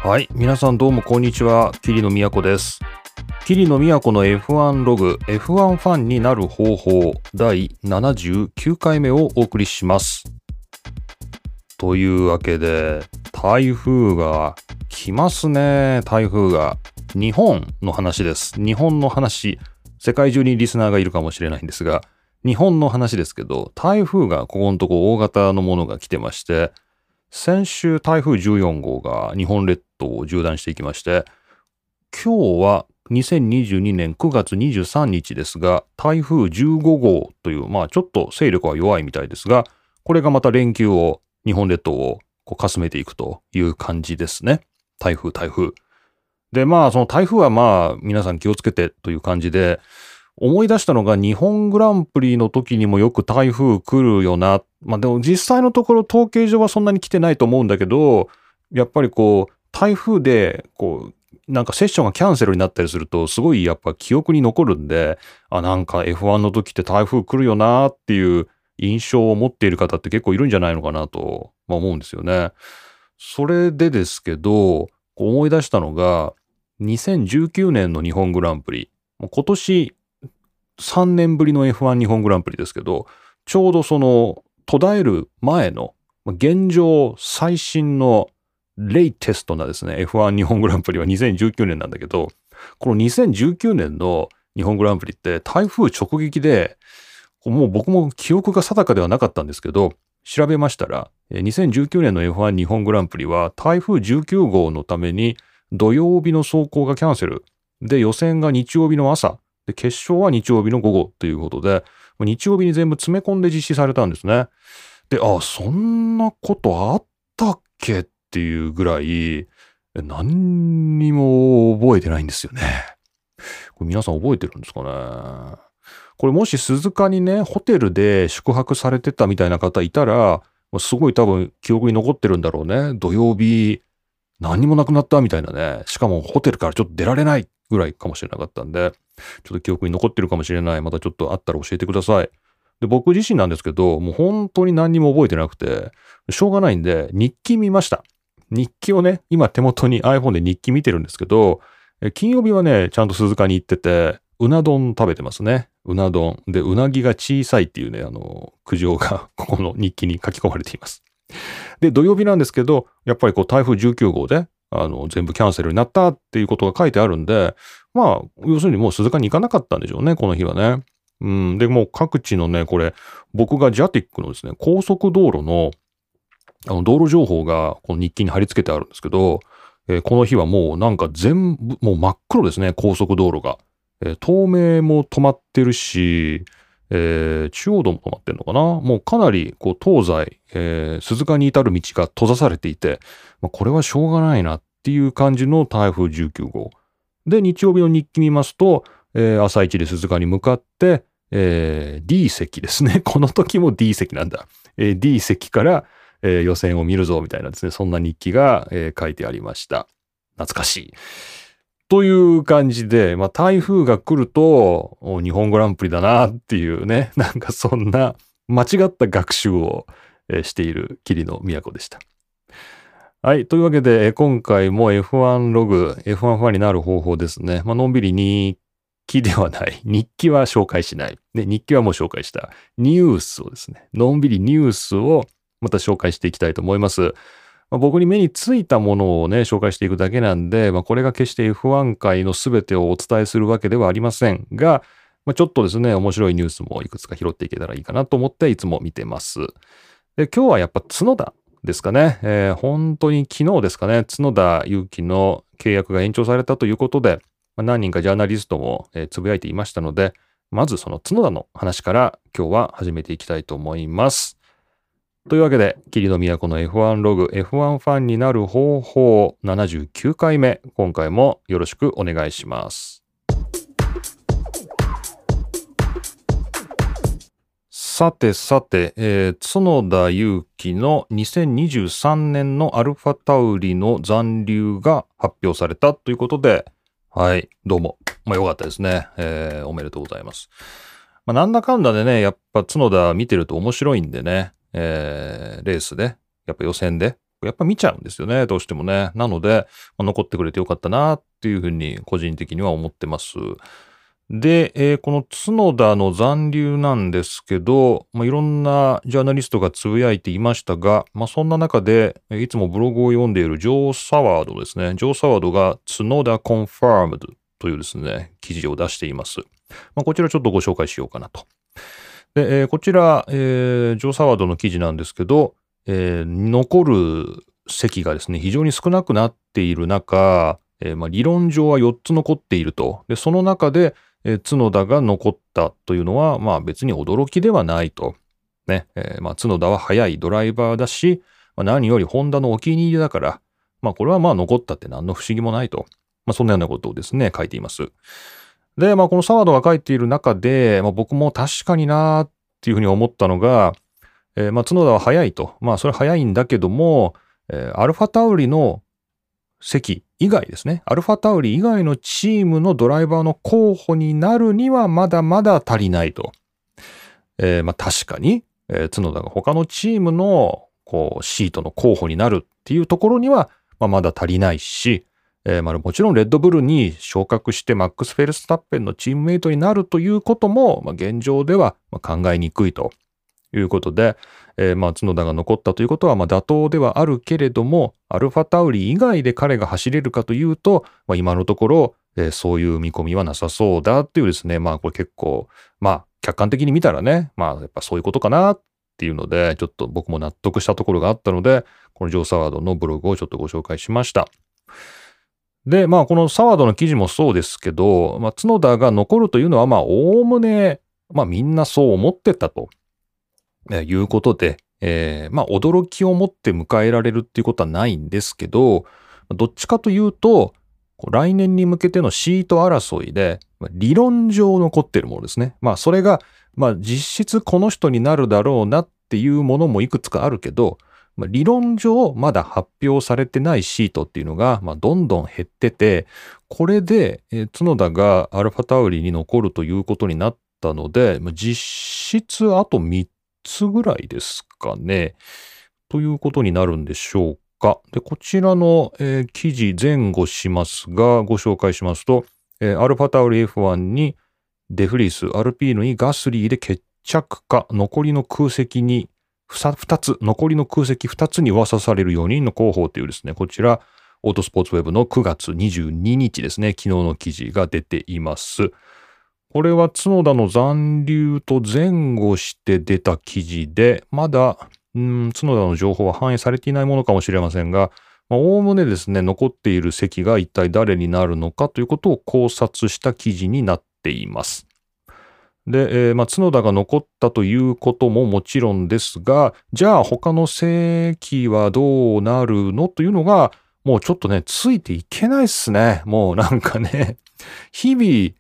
はい、皆さんどうもこんにちは。桐野都です。桐野都の F1 ログ F1 ファンになる方法第79回目をお送りします。というわけで台風が来ますね。台風が日本の話です。日本の話、世界中にリスナーがいるかもしれないんですが、日本の話ですけど、台風がここのとこ大型のものが来てまして、先週台風14号が日本列島を縦断していきまして、今日は2022年9月23日ですが、台風15号という、ちょっと勢力は弱いみたいですが、これがまた連休を、日本列島をかすめていくという感じですね。台風。で、その台風は皆さん気をつけてという感じで、思い出したのが日本グランプリの時にもよく台風来るよな。でも実際のところ統計上はそんなに来てないと思うんだけど、やっぱり台風でなんかセッションがキャンセルになったりするとすごいやっぱ記憶に残るんで、なんか F1 の時って台風来るよなっていう印象を持っている方って結構いるんじゃないのかなと、思うんですよね。それでですけど、思い出したのが2019年の日本グランプリ。今年3年ぶりの F1 日本グランプリですけど、ちょうどその途絶える前の現状最新のレイテストなですね、F1 日本グランプリは2019年なんだけど、この2019年の日本グランプリって台風直撃で、もう僕も記憶が定かではなかったんですけど、調べましたら、2019年の F1 日本グランプリは台風19号のために土曜日の走行がキャンセル。で、予選が日曜日の朝。で、決勝は日曜日の午後ということで、日曜日に全部詰め込んで実施されたんですね。で、そんなことあったっけっていうぐらい、何にも覚えてないんですよね。これ皆さん覚えてるんですかね。これもし鈴鹿にね、ホテルで宿泊されてたみたいな方いたら、すごい多分記憶に残ってるんだろうね。土曜日、何にもなくなったみたいなね。しかもホテルからちょっと出られないぐらいかもしれなかったんで、ちょっと記憶に残ってるかもしれない。またちょっとあったら教えてください。で、僕自身なんですけど、もう本当に何にも覚えてなくて、しょうがないんで、日記見ました。日記をね、今手元に iPhone で日記見てるんですけど、金曜日はね、ちゃんと鈴鹿に行ってて、うな丼食べてますね。うな丼。で、うなぎが小さいっていうね、苦情がここの日記に書き込まれています。で、土曜日なんですけど、やっぱり台風19号で、全部キャンセルになったっていうことが書いてあるんで、要するにもう鈴鹿に行かなかったんでしょうね、この日はね。で、もう各地のね、これ、僕がジャティックのですね、高速道路の、道路情報がこの日記に貼り付けてあるんですけど、この日はもうなんか全部、もう真っ黒ですね、高速道路が。東名も止まってるし、中央道も止まってるのかな。もうかなり東西、鈴鹿に至る道が閉ざされていて、これはしょうがないなっていう感じの台風19号。で、日曜日の日記見ますと、朝一で鈴鹿に向かって、D 席ですね。この時も D 席なんだ。D 席から、予選を見るぞみたいなですね、そんな日記が、書いてありました。懐かしい。という感じで、台風が来ると日本グランプリだなっていうね、なんかそんな間違った学習をしている桐野都でした。はい。というわけで、今回も F1 ログ、F1 ファンになる方法ですね。のんびり日記ではない。日記は紹介しない。で、日記はもう紹介した。ニュースをですね、のんびりニュースをまた紹介していきたいと思います。僕に目についたものをね、紹介していくだけなんで、これが決して F1 界の全てをお伝えするわけではありませんが、ちょっとですね、面白いニュースもいくつか拾っていけたらいいかなと思っていつも見てます。で、今日はやっぱ角田ですかね。本当に昨日ですかね、角田裕樹の契約が延長されたということで、何人かジャーナリストもつぶやいていましたので、まずその角田の話から今日は始めていきたいと思います。というわけで、桐野都の F1 ログ、F1 ファンになる方法79回目、今回もよろしくお願いします。さて、角田裕樹の2023年のアルファタウリの残留が発表されたということで、はい、どうも。よかったですね。おめでとうございます。なんだかんだでね、やっぱ角田見てると面白いんでね。レースで、やっぱ予選でやっぱ見ちゃうんですよね、どうしてもね。なので、残ってくれてよかったなっていうふうに個人的には思ってます。で、この角田の残留なんですけど、いろんなジャーナリストがつぶやいていましたが、そんな中で、いつもブログを読んでいるジョー・サワードですね。ジョー・サワードが角田コンファームドというですね、記事を出しています。こちらちょっとご紹介しようかなと。で、こちら、ジョー・サワードの記事なんですけど、残る席がですね、非常に少なくなっている中、理論上は4つ残っていると。で、その中で、角田が残ったというのは、別に驚きではないと。ね、角田は速いドライバーだし、何よりホンダのお気に入りだから、これは残ったって何の不思議もないと。そんなようなことをですね、書いています。で、このサワードが書いている中で、僕も確かになーっていうふうに思ったのが、角田は速いと。それ速いんだけども、アルファタウリの席以外ですね。アルファタウリ以外のチームのドライバーの候補になるにはまだまだ足りないと。確かに、角田が他のチームのシートの候補になるっていうところには、まだ足りないし、もちろんレッドブルに昇格してマックス・フェルスタッペンのチームメイトになるということも、現状では考えにくいということで、角田が残ったということは妥当ではあるけれども、アルファタウリ以外で彼が走れるかというと、今のところ、そういう見込みはなさそうだっていうですね、これ結構、客観的に見たらね、やっぱそういうことかなっていうので、ちょっと僕も納得したところがあったので、このジョー・サワードのブログをちょっとご紹介しました。で、このサワードの記事もそうですけど、角田が残るというのは、おおむね、みんなそう思ってたと。いうことで、驚きを持って迎えられるっていうことはないんですけど、どっちかというと、来年に向けてのシート争いで、理論上残っているものですね。それが、実質この人になるだろうなっていうものもいくつかあるけど、理論上まだ発表されてないシートっていうのが、どんどん減ってて、これで、角田がアルファタウリに残るということになったので、実質あと3つぐらいですかね。ということになるんでしょうか。で、こちらの、記事前後しますが、ご紹介しますと、アルファタウリ F1 にデフリース、アルピーノにガスリーで決着か、残りの空席に残りの空席2つに噂される4人の候補というですね、こちら、オートスポーツウェブの9月22日ですね、昨日の記事が出ています。これは角田の残留と前後して出た記事で、まだ、角田の情報は反映されていないものかもしれませんが、おおむねですね、残っている席が一体誰になるのかということを考察した記事になっています。で、角田が残ったということももちろんですが、じゃあ他の席はどうなるのというのが、もうちょっとね、ついていけないっすね。もうなんかね、日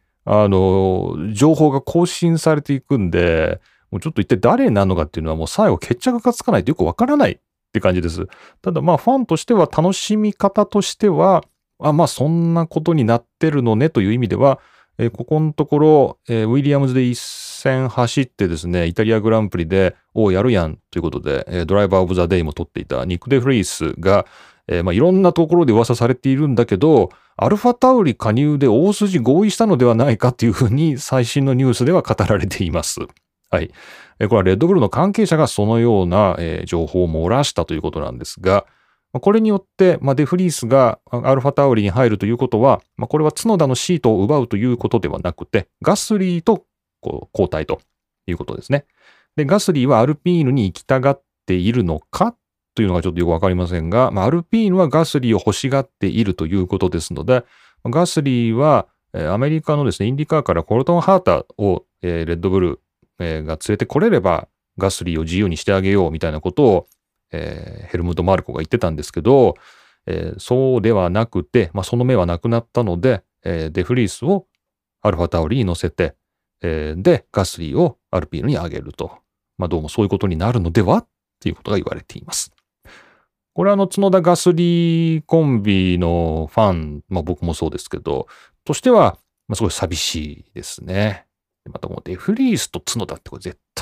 々、情報が更新されていくんで、もうちょっと一体誰なのかっていうのはもう最後決着がつかないとよくわからないって感じです。ただファンとしては楽しみ方としては、そんなことになってるのねという意味では、ここのところ、ウィリアムズで一戦走ってですね、イタリアグランプリで、やるやんということで、ドライバーオブザデイも取っていたニック・デフリースが、いろんなところで噂されているんだけど、アルファタウリ加入で大筋合意したのではないかっていうふうに最新のニュースでは語られています。はい。これはレッドブルの関係者がそのような、情報を漏らしたということなんですが、これによって、デフリースがアルファタウリに入るということは、これは角田のシートを奪うということではなくて、ガスリーと交代ということですね。で、ガスリーはアルピーヌに行きたがっているのかというのがちょっとよくわかりませんが、アルピーヌはガスリーを欲しがっているということですので、ガスリーはアメリカのですね、インディカーからコルトン・ハーターをレッドブルが連れてこれれば、ガスリーを自由にしてあげようみたいなことをヘルムート・マルコが言ってたんですけど、そうではなくて、その目はなくなったので、デフリースをアルファタウリに乗せて、で、ガスリーをアルピーヌに上げると。どうもそういうことになるのではっていうことが言われています。これは角田ガスリーコンビのファン、僕もそうですけど、としては、すごい寂しいですね。またこのデフリースと角田ってこれ絶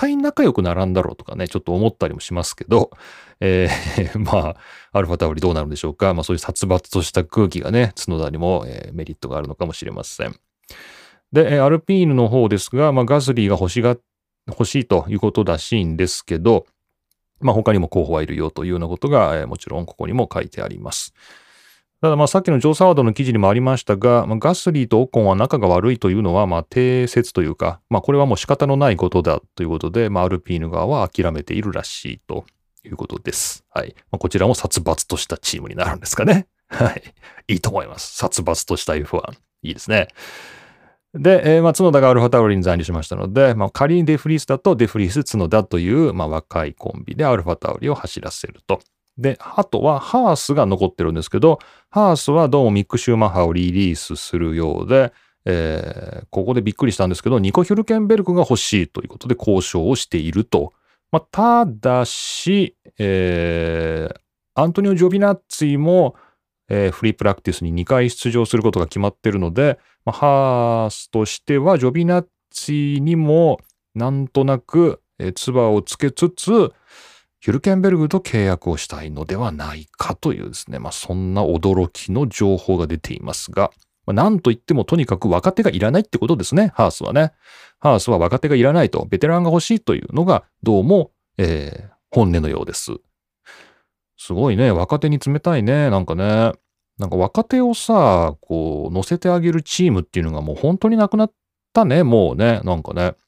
対仲良くならんだろうとかね、ちょっと思ったりもしますけど、まあ、アルファタウリどうなるんでしょうか。まあそういう殺伐とした空気がね、角田にも、メリットがあるのかもしれません。で、アルピーヌの方ですが、まあガスリーが欲しいということらしいんですけど、まあ他にも候補はいるよというようなことが、もちろんここにも書いてあります。ただまあさっきのジョー・サワードの記事にもありましたが、まあ、ガスリーとオコンは仲が悪いというのはまあ定説というか、まあこれはもう仕方のないことだということで、まあアルピーヌ側は諦めているらしいということです。はい。まあ、こちらも殺伐としたチームになるんですかね。はい。いいと思います。殺伐とした F1。いいですね。で、まあ角田がアルファタウリに残留しましたので、まあ仮にデフリースだとデフリース角田という、まあ若いコンビでアルファタウリを走らせると。で、あとはハースが残ってるんですけど、ハースはどうもミック・シューマッハをリリースするようで、ここでびっくりしたんですけど、ニコ・ヒュルケンベルクが欲しいということで交渉をしていると。まあ、ただし、アントニオ・ジョビナッツィも、フリープラクティスに2回出場することが決まってるので、まあ、ハースとしてはジョビナッツィにもなんとなく、唾をつけつつ、ヒュルケンベルグと契約をしたいのではないかというですね、まあそんな驚きの情報が出ていますが、まあ、なんといってもとにかく若手がいらないってことですね、ハースはね。ハースは若手がいらないと、ベテランが欲しいというのがどうも、本音のようです。すごいね、若手に冷たいね、なんかね。なんか若手をさ、こう乗せてあげるチームっていうのがもう本当になくなったね、もうね、なんかね。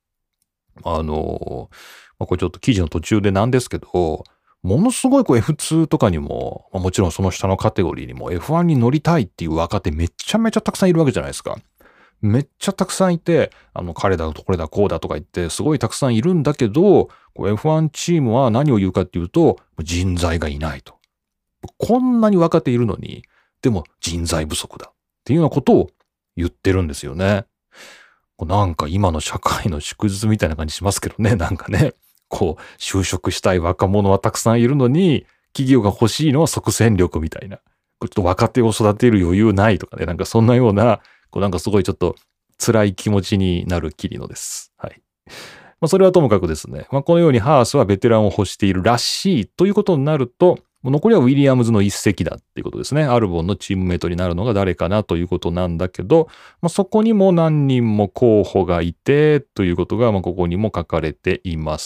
まあ、これちょっと記事の途中でなんですけど、ものすごいこう F2 とかにも、まあ、もちろんその下のカテゴリーにも F1 に乗りたいっていう若手めちゃめちゃたくさんいるわけじゃないですか。めっちゃたくさんいて、彼だとこれだこうだとか言って、すごいたくさんいるんだけど、F1 チームは何を言うかっていうと、人材がいないと。こんなに若手いるのに、でも人材不足だっていうようなことを言ってるんですよね。なんか今の社会の縮図みたいな感じしますけどね、なんかね。就職したい若者はたくさんいるのに、企業が欲しいのは即戦力みたいな。ちょっと若手を育てる余裕ないとかね、なんかそんなような、なんかすごいちょっと辛い気持ちになるキリノです。はい。まあそれはともかくですね、まあこのようにハースはベテランを欲しているらしいということになると、残りはウィリアムズの一席だっていうことですね。アルボンのチームメイトになるのが誰かなということなんだけど、まあ、そこにも何人も候補がいてということが、まあ、ここにも書かれています。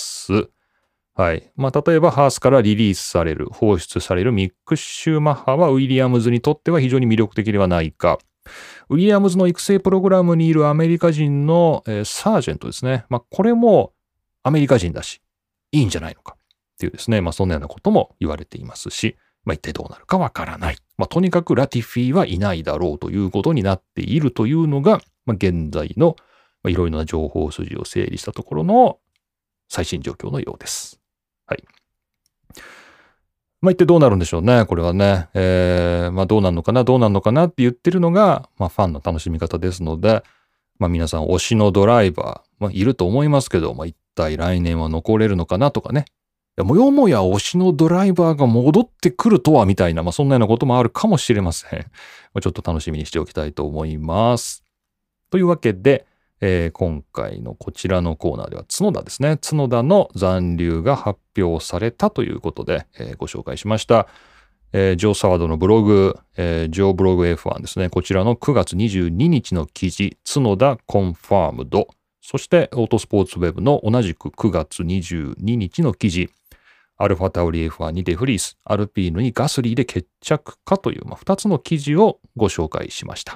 はい。まあ、例えばハースからリリースされる、放出されるミック・シューマッハはウィリアムズにとっては非常に魅力的ではないか。ウィリアムズの育成プログラムにいるアメリカ人の、サージェントですね。まあ、これもアメリカ人だし、いいんじゃないのか。っていうですね、まあそんなようなことも言われていますし、まあ一体どうなるかわからない。まあとにかくラティフィはいないだろうということになっているというのが、まあ現在のいろいろな情報筋を整理したところの最新状況のようです。はい。まあ一体どうなるんでしょうね、これはね。まあどうなるのかな、どうなるのかなって言ってるのが、まあファンの楽しみ方ですので、まあ皆さん推しのドライバー、まあいると思いますけど、まあ一体来年は残れるのかなとかね。もよもや推しのドライバーが戻ってくるとはみたいな、まあそんなようなこともあるかもしれません。ちょっと楽しみにしておきたいと思います。というわけで、今回のこちらのコーナーでは角田ですね。角田の残留が発表されたということで、ご紹介しました。ジョー・サワードのブログ、ジョーブログ F1 ですね。こちらの9月22日の記事、角田コンファームド。そしてオートスポーツウェブの同じく9月22日の記事、アルファタウリ F1 にデフリース、アルピーヌにガスリーで決着かという、2つの記事をご紹介しました。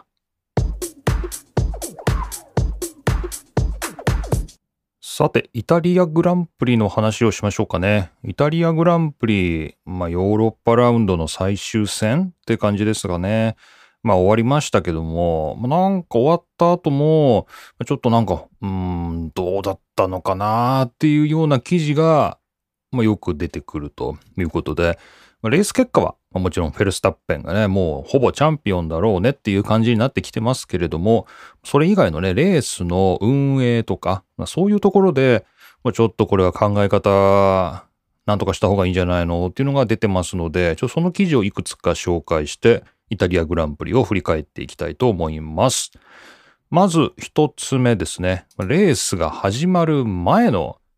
さて、イタリアグランプリの話をしましょうかね。イタリアグランプリ、ヨーロッパラウンドの最終戦って感じですがね。終わりましたけども、なんか終わった後も、ちょっとなんか、どうだったのかなっていうような記事が、よく出てくるということで、レース結果は、もちろんフェルスタッペンがね、もうほぼチャンピオンだろうねっていう感じになってきてますけれども、それ以外のね、レースの運営とか、そういうところで、ちょっとこれは考え方、なんとかした方がいいんじゃないのっていうのが出てますので、その記事をいくつか紹介して、イタリアグランプリを振り返っていきたいと思います。まず一つ目ですね。レースが始まる前の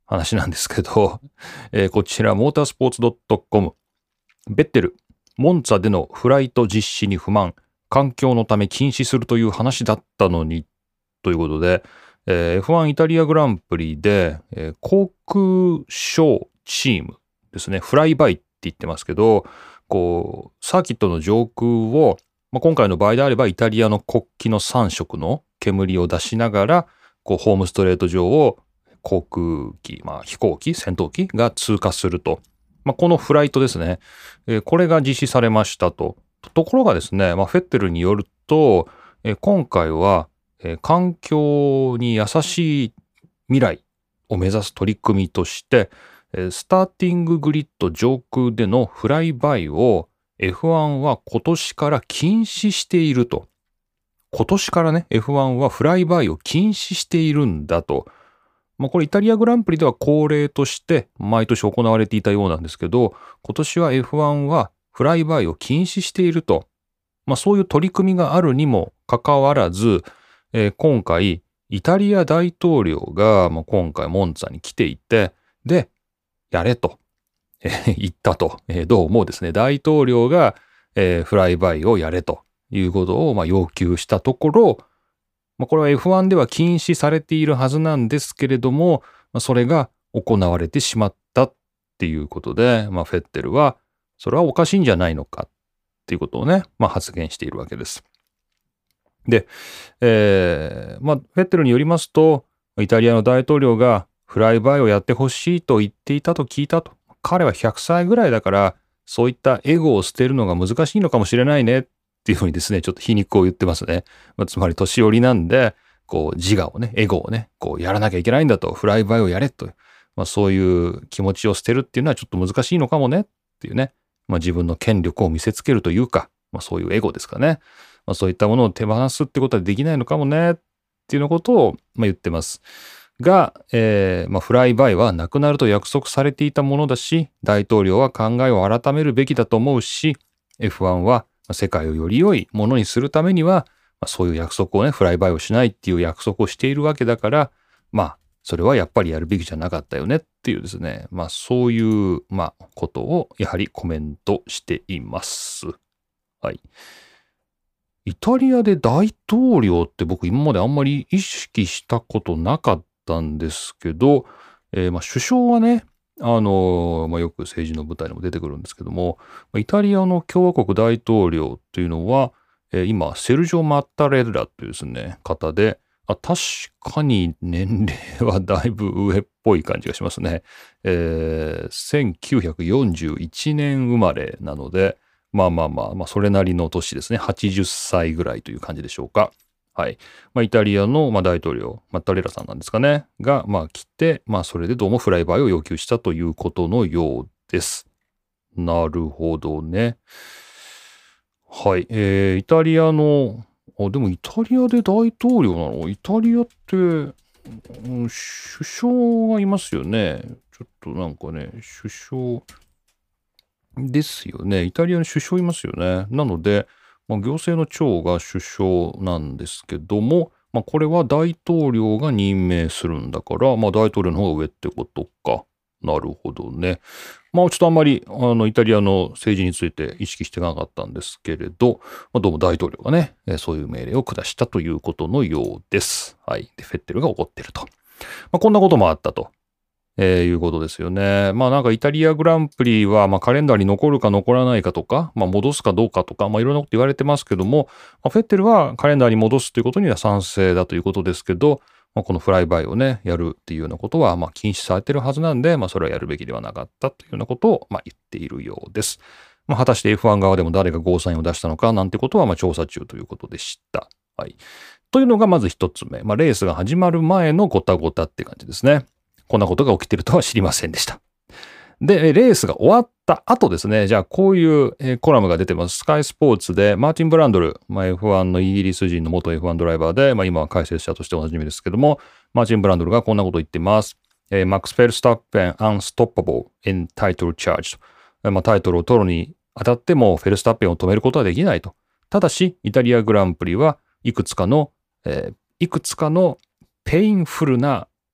話なんですけど、こちらモータースポーツ .com、ベッテル、モンツァでのフライト実施に不満、環境のため禁止するという話だったのに、ということで、F1 イタリアグランプリで、航空ショーチームですね、フライバイって言ってますけど、こう、サーキットの上空を、今回の場合であればイタリアの国旗の3色の煙を出しながら、こう、ホームストレート上を航空機、飛行機、戦闘機が通過すると。このフライトですね、これが実施されましたと。ところがですね、フェッテルによると、今回は、環境に優しい未来を目指す取り組みとして、スターティンググリッド上空でのフライバイを F1 は今年から禁止していると。今年からね、F1 はフライバイを禁止しているんだと。これイタリアグランプリでは恒例として毎年行われていたようなんですけど、今年は F1 はフライバイを禁止していると。そういう取り組みがあるにもかかわらず、今回イタリア大統領が今回モンツァに来ていて、で、やれと、言ったと、どうもですね、大統領が、フライバイをやれということを要求したところ、これは F1 では禁止されているはずなんですけれども、それが行われてしまったっていうことで、フェッテルはそれはおかしいんじゃないのかっていうことをね、発言しているわけです。で、フェッテルによりますと、イタリアの大統領がフライバイをやってほしいと言っていたと聞いたと。彼は100歳ぐらいだから、そういったエゴを捨てるのが難しいのかもしれないねっていうふうにですね、ちょっと皮肉を言ってますね。つまり年寄りなんで、こう自我をね、エゴをね、こうやらなきゃいけないんだと、フライバイをやれと。そういう気持ちを捨てるっていうのはちょっと難しいのかもねっていうね。自分の権力を見せつけるというか、そういうエゴですかね。そういったものを手放すってことはできないのかもねっていうようなことを言ってます。が、フライバイはなくなると約束されていたものだし、大統領は考えを改めるべきだと思うし、F1 は世界をより良いものにするためには、そういう約束をね、フライバイをしないっていう約束をしているわけだから、それはやっぱりやるべきじゃなかったよねっていうですね、そういう、ことをやはりコメントしています。はい。イタリアで大統領って僕今まであんまり意識したことなかったんですけど、首相はね、よく政治の舞台にも出てくるんですけども、イタリアの共和国大統領っていうのは、今、セルジョ・マッタレッラというですね、方で、確かに年齢はだいぶ上っぽい感じがしますね。1941年生まれなので、それなりの年ですね。80歳ぐらいという感じでしょうか。はい。イタリアの大統領、マッタレラさんなんですかね。が、来て、それでどうもフライバイを要求したということのようです。なるほどね。はい。イタリアの、でもイタリアで大統領なの？イタリアって、首相がいますよね。ちょっとなんかね、首相ですよね。イタリアに首相いますよね。なので、行政の長が首相なんですけども、これは大統領が任命するんだから、大統領の方が上ってことか。なるほどね。ちょっとあんまり、イタリアの政治について意識してなかったんですけれど、どうも大統領がね、そういう命令を下したということのようです。はい。で、フェッテルが怒ってると。こんなこともあったと。いうことですよね。なんかイタリアグランプリは、カレンダーに残るか残らないかとか、戻すかどうかとか、いろんなこと言われてますけども、フェッテルはカレンダーに戻すということには賛成だということですけど、このフライバイをね、やるっていうようなことは、禁止されてるはずなんで、それはやるべきではなかったというようなことを、言っているようです。果たして F1 側でも誰がゴーサインを出したのかなんてことは、調査中ということでした。はい。というのがまず一つ目。レースが始まる前のごたごたって感じですね。こんなことが起きてるとは知りませんでした。で、レースが終わった後ですね、じゃあこういうコラムが出てます。スカイスポーツでマーティン・ブランドル、F1 のイギリス人の元 F1 ドライバーで、今は解説者としておなじみですけども、マーティン・ブランドルがこんなことを言っています。マックス・フェルスタッペン unstoppable in title charge と。タイトルを取るにあたってもフェルスタッペンを止めることはできないと。ただし、イタリアグランプリはいくつかのペインフルな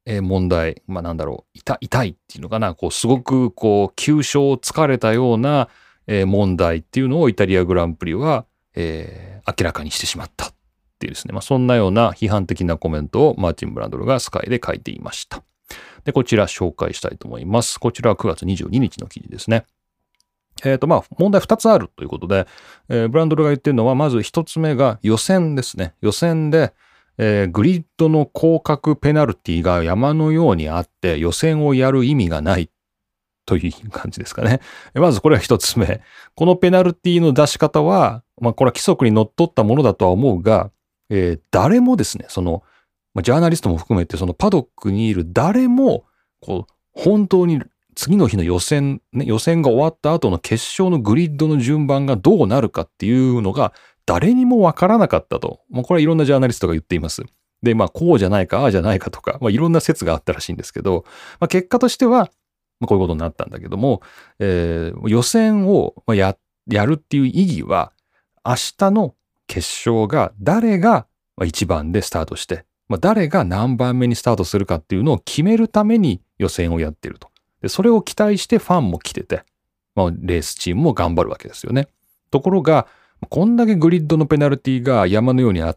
問題、痛いっていうのかな、すごく急所を突かれたような問題っていうのをイタリアグランプリは、明らかにしてしまったっていうですね、そんなような批判的なコメントをマーティン・ブランドルがスカイで書いていました。で、こちら紹介したいと思います。こちらは9月22日の記事ですね。問題2つあるということで、ブランドルが言ってるのは、まず1つ目が予選ですね。予選で、グリッドの降格ペナルティが山のようにあって、予選をやる意味がないという感じですかね。まずこれは1つ目。このペナルティの出し方は、これは規則にのっとったものだとは思うが、誰もですね、ジャーナリストも含めて、パドックにいる誰も、本当に次の日の予選が終わった後の決勝のグリッドの順番がどうなるかっていうのが誰にもわからなかったと。これはいろんなジャーナリストが言っています。で、こうじゃないか、ああじゃないかとか、いろんな説があったらしいんですけど、結果としては、こういうことになったんだけども、予選をやるっていう意義は、明日の決勝が誰が1番でスタートして、誰が何番目にスタートするかっていうのを決めるために予選をやってると。で、それを期待してファンも来てて、レースチームも頑張るわけですよね。ところが、こんだけグリッドのペナルティが山のようにあって、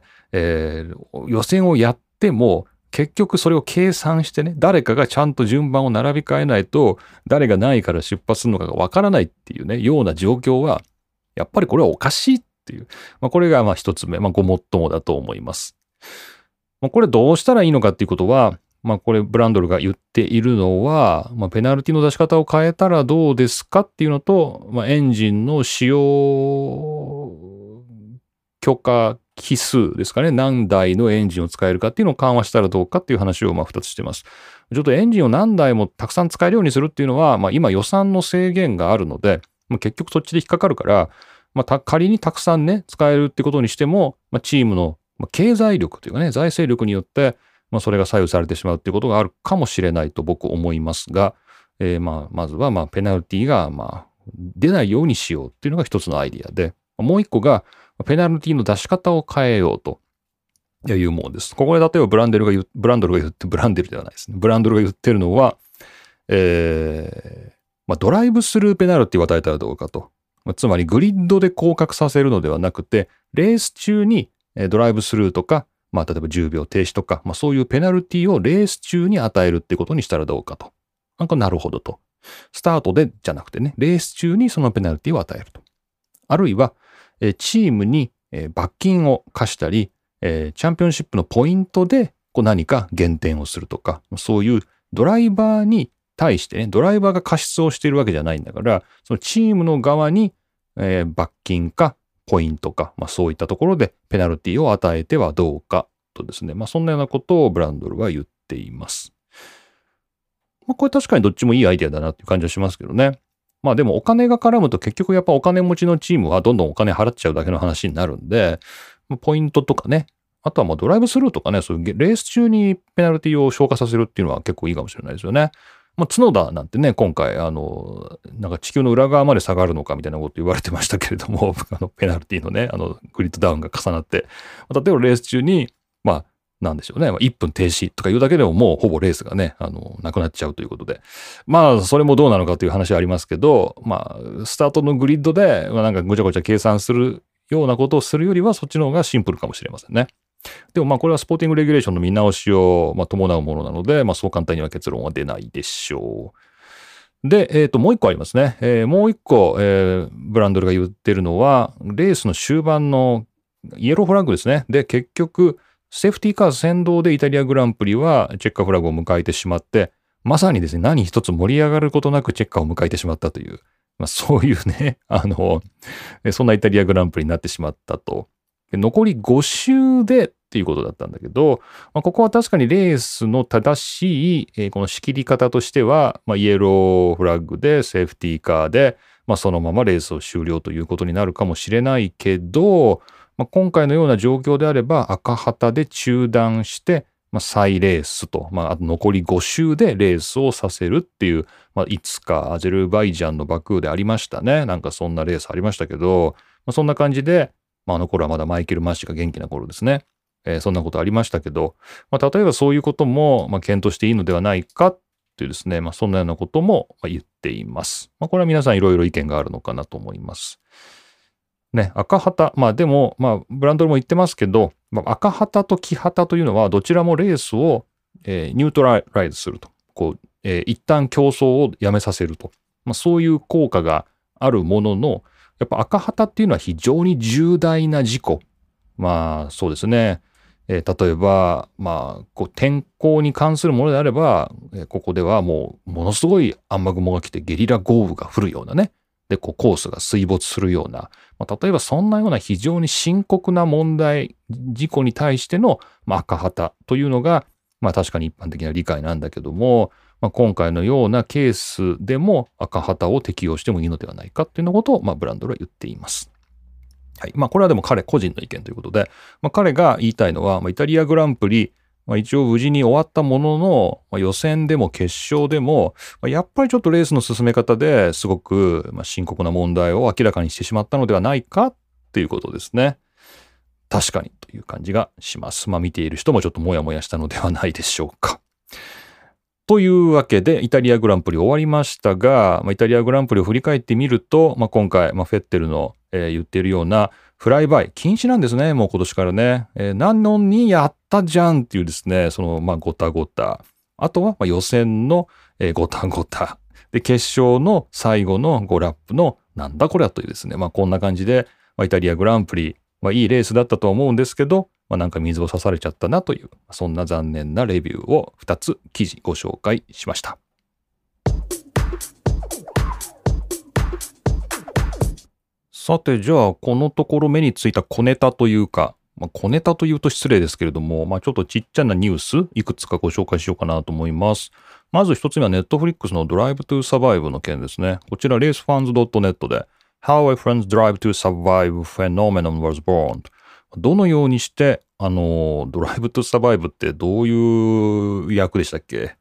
予選をやっても、結局それを計算してね、誰かがちゃんと順番を並び替えないと、誰が何位から出発するのかがわからないっていうね、ような状況は、やっぱりこれはおかしいっていう。これが一つ目、ごもっともだと思います。これどうしたらいいのかっていうことは、これブランドルが言っているのは、ペナルティの出し方を変えたらどうですかっていうのと、エンジンの使用許可機数ですかね。何台のエンジンを使えるかっていうのを緩和したらどうかっていう話を2つしてます。ちょっとエンジンを何台もたくさん使えるようにするっていうのは、今予算の制限があるので、結局そっちで引っかかるから、仮にたくさんね、使えるってことにしても、チームの経済力というかね、財政力によって、それが左右されてしまうっていうことがあるかもしれないと僕思いますが、まずはペナルティが出ないようにしようっていうのが一つのアイディアで、もう一個がペナルティの出し方を変えようというものです。ここで例えばブランドルが言ってるのは、ドライブスルーペナルティを与えたらどうかと。つまりグリッドで降格させるのではなくて、レース中にドライブスルーとか、例えば10秒停止とか、そういうペナルティをレース中に与えるってことにしたらどうかと。なるほどと。スタートでじゃなくてね、レース中にそのペナルティを与えると。あるいは、チームに罰金を課したり、チャンピオンシップのポイントで何か減点をするとか、そういうドライバーに対してね、ドライバーが過失をしているわけじゃないんだから、そのチームの側に、罰金かポイントか、そういったところでペナルティを与えてはどうかとですね、そんなようなことをブランドルは言っています。これ確かにどっちもいいアイデアだなっていう感じはしますけどね。でもお金が絡むと結局やっぱお金持ちのチームはどんどんお金払っちゃうだけの話になるんで、ポイントとかね、あとはドライブスルーとかね、そういうレース中にペナルティを消化させるっていうのは結構いいかもしれないですよね。角田なんてね、今回、なんか地球の裏側まで下がるのかみたいなこと言われてましたけれども、ペナルティのね、グリッドダウンが重なって、例えばレース中に、なんでしょうね、1分停止とかいうだけでももうほぼレースがね、なくなっちゃうということで。それもどうなのかという話はありますけど、スタートのグリッドで、なんかごちゃごちゃ計算するようなことをするよりは、そっちの方がシンプルかもしれませんね。でもこれはスポーティングレギュレーションの見直しを伴うものなので、そう簡単には結論は出ないでしょう。で、もう一個ありますね。もう一個、ブランドルが言ってるのは、レースの終盤のイエローフラッグですね。で、結局、セーフティーカー先導でイタリアグランプリはチェッカーフラッグを迎えてしまって、まさにですね、何一つ盛り上がることなくチェッカーを迎えてしまったという、そういうね、そんなイタリアグランプリになってしまったと。残り5周でっていうことだったんだけど、ここは確かにレースの正しい、この仕切り方としては、イエローフラッグでセーフティーカーで、そのままレースを終了ということになるかもしれないけど、今回のような状況であれば赤旗で中断して、再レースと、あと残り5周でレースをさせるっていう、いつかアゼルバイジャンのバクーでありましたね。なんかそんなレースありましたけど、そんな感じで、あの頃はまだマイケル・マッシが元気な頃ですね。 そんなことありましたけど、例えばそういうことも、検討していいのではないかというですね、そんなようなことも言っています。これは皆さんいろいろ意見があるのかなと思います。ね、赤旗。でも、ブランドルも言ってますけど、赤旗と黄旗というのはどちらもレースを、ニュートライズすると。一旦競争をやめさせると。そういう効果があるものの、やっぱ赤旗っていうのは非常に重大な事故。そうですね。例えば、天候に関するものであれば、ここではものすごい雨雲が来てゲリラ豪雨が降るようなね。で、コースが水没するような、例えばそんなような非常に深刻な問題、事故に対しての、赤旗というのが、確かに一般的な理解なんだけども、今回のようなケースでも赤旗を適用してもいいのではないかというようなことを、ブランドルは言っています。はい。これはでも彼個人の意見ということで、彼が言いたいのは、イタリアグランプリ、一応無事に終わったものの、予選でも決勝でも、やっぱりちょっとレースの進め方ですごく深刻な問題を明らかにしてしまったのではないかっていうことですね。確かにという感じがします。見ている人もちょっとモヤモヤしたのではないでしょうか。というわけで、イタリアグランプリ終わりましたが、イタリアグランプリを振り返ってみると、今回、フェッテルの、言っているようなフライバイ禁止なんですね、もう今年からね。なのにやったじゃんっていうですね、その、ごたごた。あとは、予選の、ごたごた。で、決勝の最後の5ラップのなんだこれはというですね、こんな感じで、イタリアグランプリ、いいレースだったとは思うんですけど、なんか水を差されちゃったなという、そんな残念なレビューを2つ記事ご紹介しました。さて、じゃあ、このところ目についた小ネタというか、小ネタというと失礼ですけれども、ちょっとちっちゃなニュース、いくつかご紹介しようかなと思います。まず一つ目はネットフリックスのドライブトゥサバイブの件ですね。こちら、レースファンズ .net で、How a Friend's Drive to Survive Phenomenon was born。どのようにして、ドライブトゥサバイブってどういう役でしたっけ？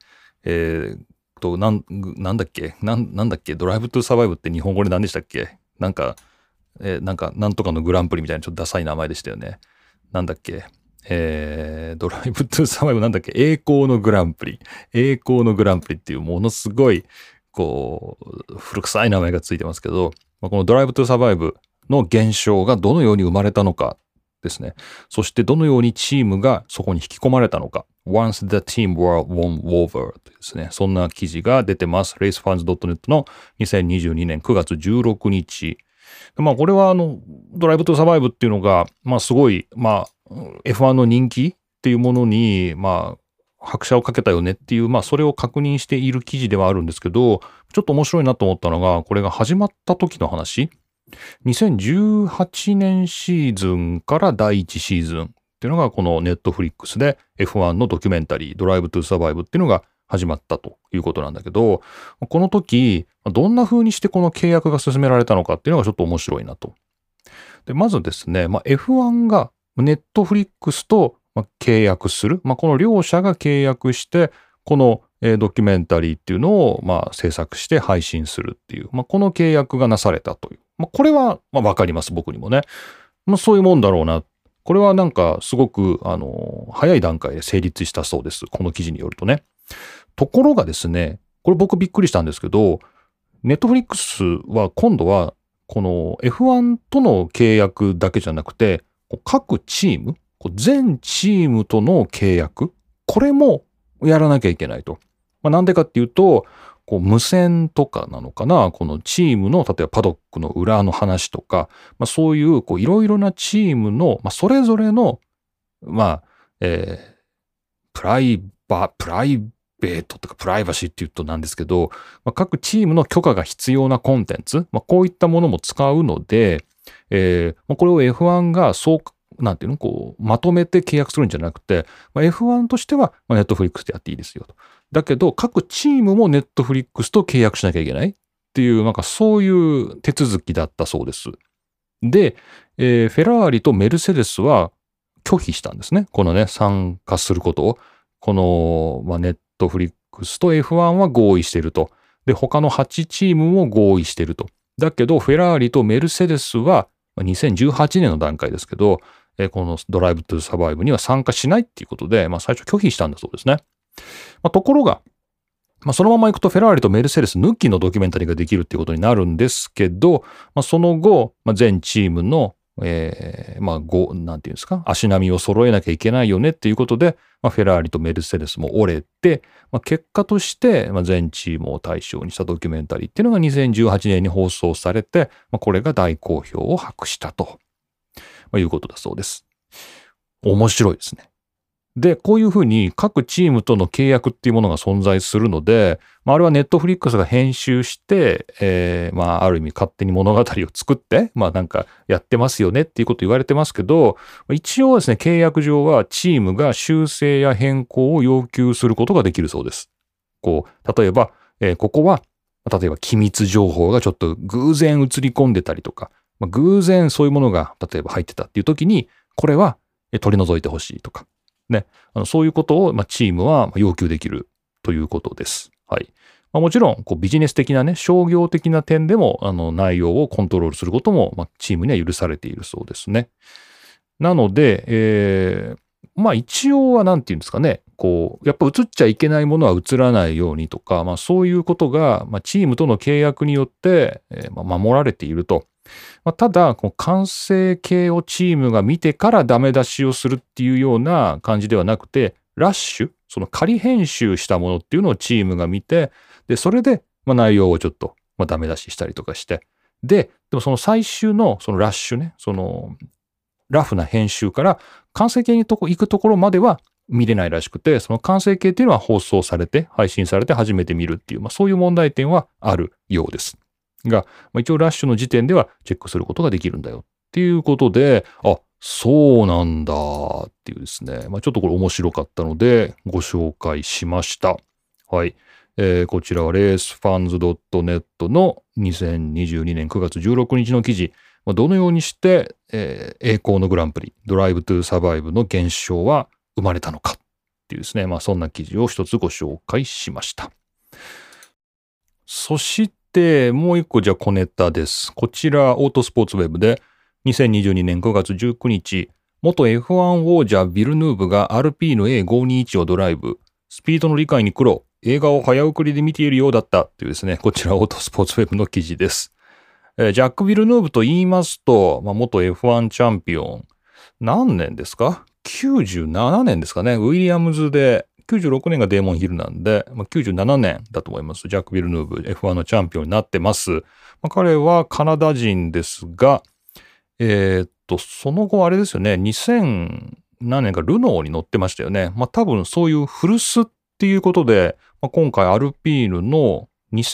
なんだっけドライブトゥサバイブって日本語で何でしたっけ？なんとかのグランプリみたいなちょっとダサい名前でしたよね。なんだっけドライブトゥサバイブなんだっけ栄光のグランプリ。栄光のグランプリっていうものすごい、古臭い名前がついてますけど、このドライブトゥサバイブの現象がどのように生まれたのかですね。そしてどのようにチームがそこに引き込まれたのか。Once the team were won over というですね。そんな記事が出てます。racefans.net の2022年9月16日。これはドライブトゥサバイブっていうのが、すごい、F1 の人気っていうものに、拍車をかけたよねっていう、それを確認している記事ではあるんですけど、ちょっと面白いなと思ったのが、これが始まった時の話。2018年シーズンから第1シーズンっていうのがこのネットフリックスで F1 のドキュメンタリードライブトゥサバイブっていうのが始まったということなんだけど、この時どんな風にしてこの契約が進められたのかっていうのがちょっと面白いなと。で、まずですね、F1 がネットフリックスと契約する、この両者が契約してこのドキュメンタリーっていうのを制作して配信するっていう、この契約がなされたという。これはわかります、僕にもね。そういうもんだろうな。これはなんかすごく早い段階で成立したそうです。この記事によるとね。ところがですね、これ僕びっくりしたんですけど、ネットフリックスは今度はこの F1 との契約だけじゃなくて、各チーム、全チームとの契約、これもやらなきゃいけないと。なんでかっていうと、無線とかなのかな、このチームの、例えばパドックの裏の話とか、そういう、いろいろなチームの、それぞれの、プライベートとかプライバシーって言うとなんですけど、各チームの許可が必要なコンテンツ、こういったものも使うので、これを F1 がなんていうのまとめて契約するんじゃなくて、F1 としては、ネットフリックスでやっていいですよと。だけど、各チームもネットフリックスと契約しなきゃいけないっていう、そういう手続きだったそうです。で、フェラーリとメルセデスは拒否したんですね。このね、参加することを。この、ネットフリックスと F1 は合意していると。で、他の8チームも合意していると。だけど、フェラーリとメルセデスは、2018年の段階ですけど、 このドライブトゥサバイブには参加しないっていうことで、最初拒否したんだそうですね。ところが、そのまま行くとフェラーリとメルセデス抜きのドキュメンタリーができるっていうことになるんですけど、その後、全チームの、なんていうんですか、足並みを揃えなきゃいけないよねっていうことで、フェラーリとメルセデスも折れて、結果として、全チームを対象にしたドキュメンタリーっていうのが2018年に放送されて、これが大好評を博したと、いうことだそうです。面白いですね。で、こういうふうに各チームとの契約っていうものが存在するので、あれはネットフリックスが編集して、ある意味勝手に物語を作って、なんかやってますよねっていうこと言われてますけど、一応ですね、契約上はチームが修正や変更を要求することができるそうです。例えば、ここは、例えば機密情報がちょっと偶然映り込んでたりとか、偶然そういうものが例えば入ってたっていう時に、これは取り除いてほしいとか、ね、そういうことをチームは要求できるということです。はい。もちろんビジネス的なね、商業的な点でも内容をコントロールすることもチームには許されているそうですね。なので、一応はなんていうんですかね、やっぱ映っちゃいけないものは映らないようにとか、そういうことがチームとの契約によって、守られていると。ただ、完成形をチームが見てからダメ出しをするっていうような感じではなくて、ラッシュ、その仮編集したものっていうのをチームが見て、で、それで、内容をちょっと、ダメ出ししたりとかして、でもその最終のそのラッシュね、そのラフな編集から完成形に行くところまでは見れないらしくて、その完成形っていうのは放送されて、配信されて初めて見るっていう、そういう問題点はあるようです。が、一応ラッシュの時点ではチェックすることができるんだよっていうことで、そうなんだっていうですね。ちょっとこれ面白かったのでご紹介しました。はい。こちらはレースファンズ .net の2022年9月16日の記事。どのようにして、栄光のグランプリ、ドライブトゥサバイブの現象は生まれたのかっていうですね。そんな記事を一つご紹介しました。そして、もう一個じゃあ小ネタです。こちら、オートスポーツウェブで、2022年9月19日、元 F1 王者ビルヌーブが RP の A521 をドライブ、スピードの理解に苦労、映画を早送りで見ているようだったというですね、こちらオートスポーツウェブの記事です。ジャック・ビルヌーブと言いますと、元 F1 チャンピオン、何年ですか ?97 年ですかね。ウィリアムズで、96年がデーモンヒルなんで、97年だと思います。ジャック・ビルヌーブ、F1 のチャンピオンになってます。彼はカナダ人ですが、その後あれですよね、2000何年かルノーに乗ってましたよね。多分そういう古巣っていうことで、今回アルピーヌの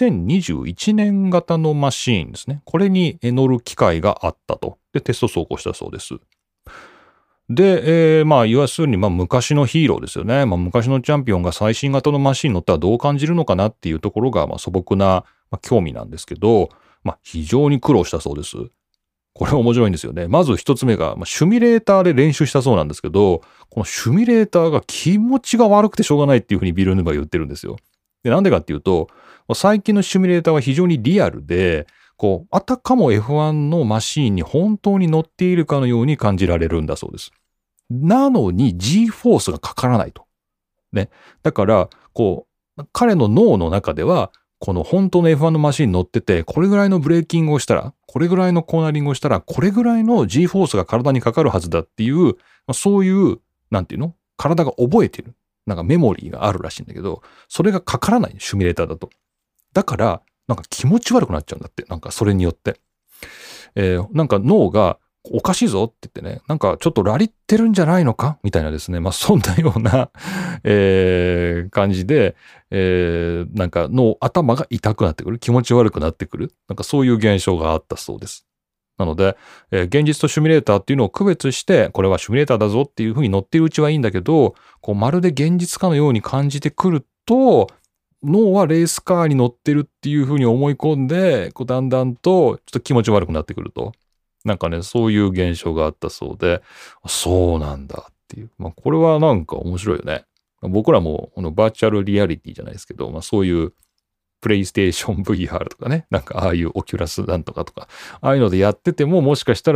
2021年型のマシーンですね。これに乗る機会があったと。で、テスト走行したそうです。で、要するに昔のヒーローですよね。昔のチャンピオンが最新型のマシンに乗ったらどう感じるのかなっていうところが素朴な興味なんですけど、非常に苦労したそうです。これ面白いんですよね。まず一つ目が、シミュレーターで練習したそうなんですけど、このシミュレーターが気持ちが悪くてしょうがないっていうふうにビルヌーバー言ってるんですよ。で、なんでかっていうと、最近のシミュレーターは非常にリアルで、あたかも F1 のマシーンに本当に乗っているかのように感じられるんだそうです。なのに G フォースがかからないと。ね。だから、彼の脳の中では、この本当の F1 のマシンに乗ってて、これぐらいのブレーキングをしたら、これぐらいのコーナリングをしたら、これぐらいの G フォースが体にかかるはずだっていう、そういう、なんていうの？体が覚えてる。なんかメモリーがあるらしいんだけど、それがかからない、シミュレーターだと。だから、なんか気持ち悪くなっちゃうんだって。なんかそれによって。なんか脳が、おかしいぞって言ってね、なんかちょっとラリってるんじゃないのかみたいなですね。そんなような感じで、なんか頭が痛くなってくる。気持ち悪くなってくる。なんかそういう現象があったそうです。なので、現実とシミュレーターっていうのを区別して、これはシミュレーターだぞっていうふうに乗っているうちはいいんだけど、まるで現実かのように感じてくると、脳はレースカーに乗ってるっていうふうに思い込んで、だんだんとちょっと気持ち悪くなってくると。なんかね、そういう現象があったそうで、そうなんだっていう。これはなんか面白いよね。僕らもバーチャルリアリティじゃないですけど、そういうプレイステーション VR とかね、なんかああいうオキュラスなんとかとか、ああいうのでやっててももしかしたら、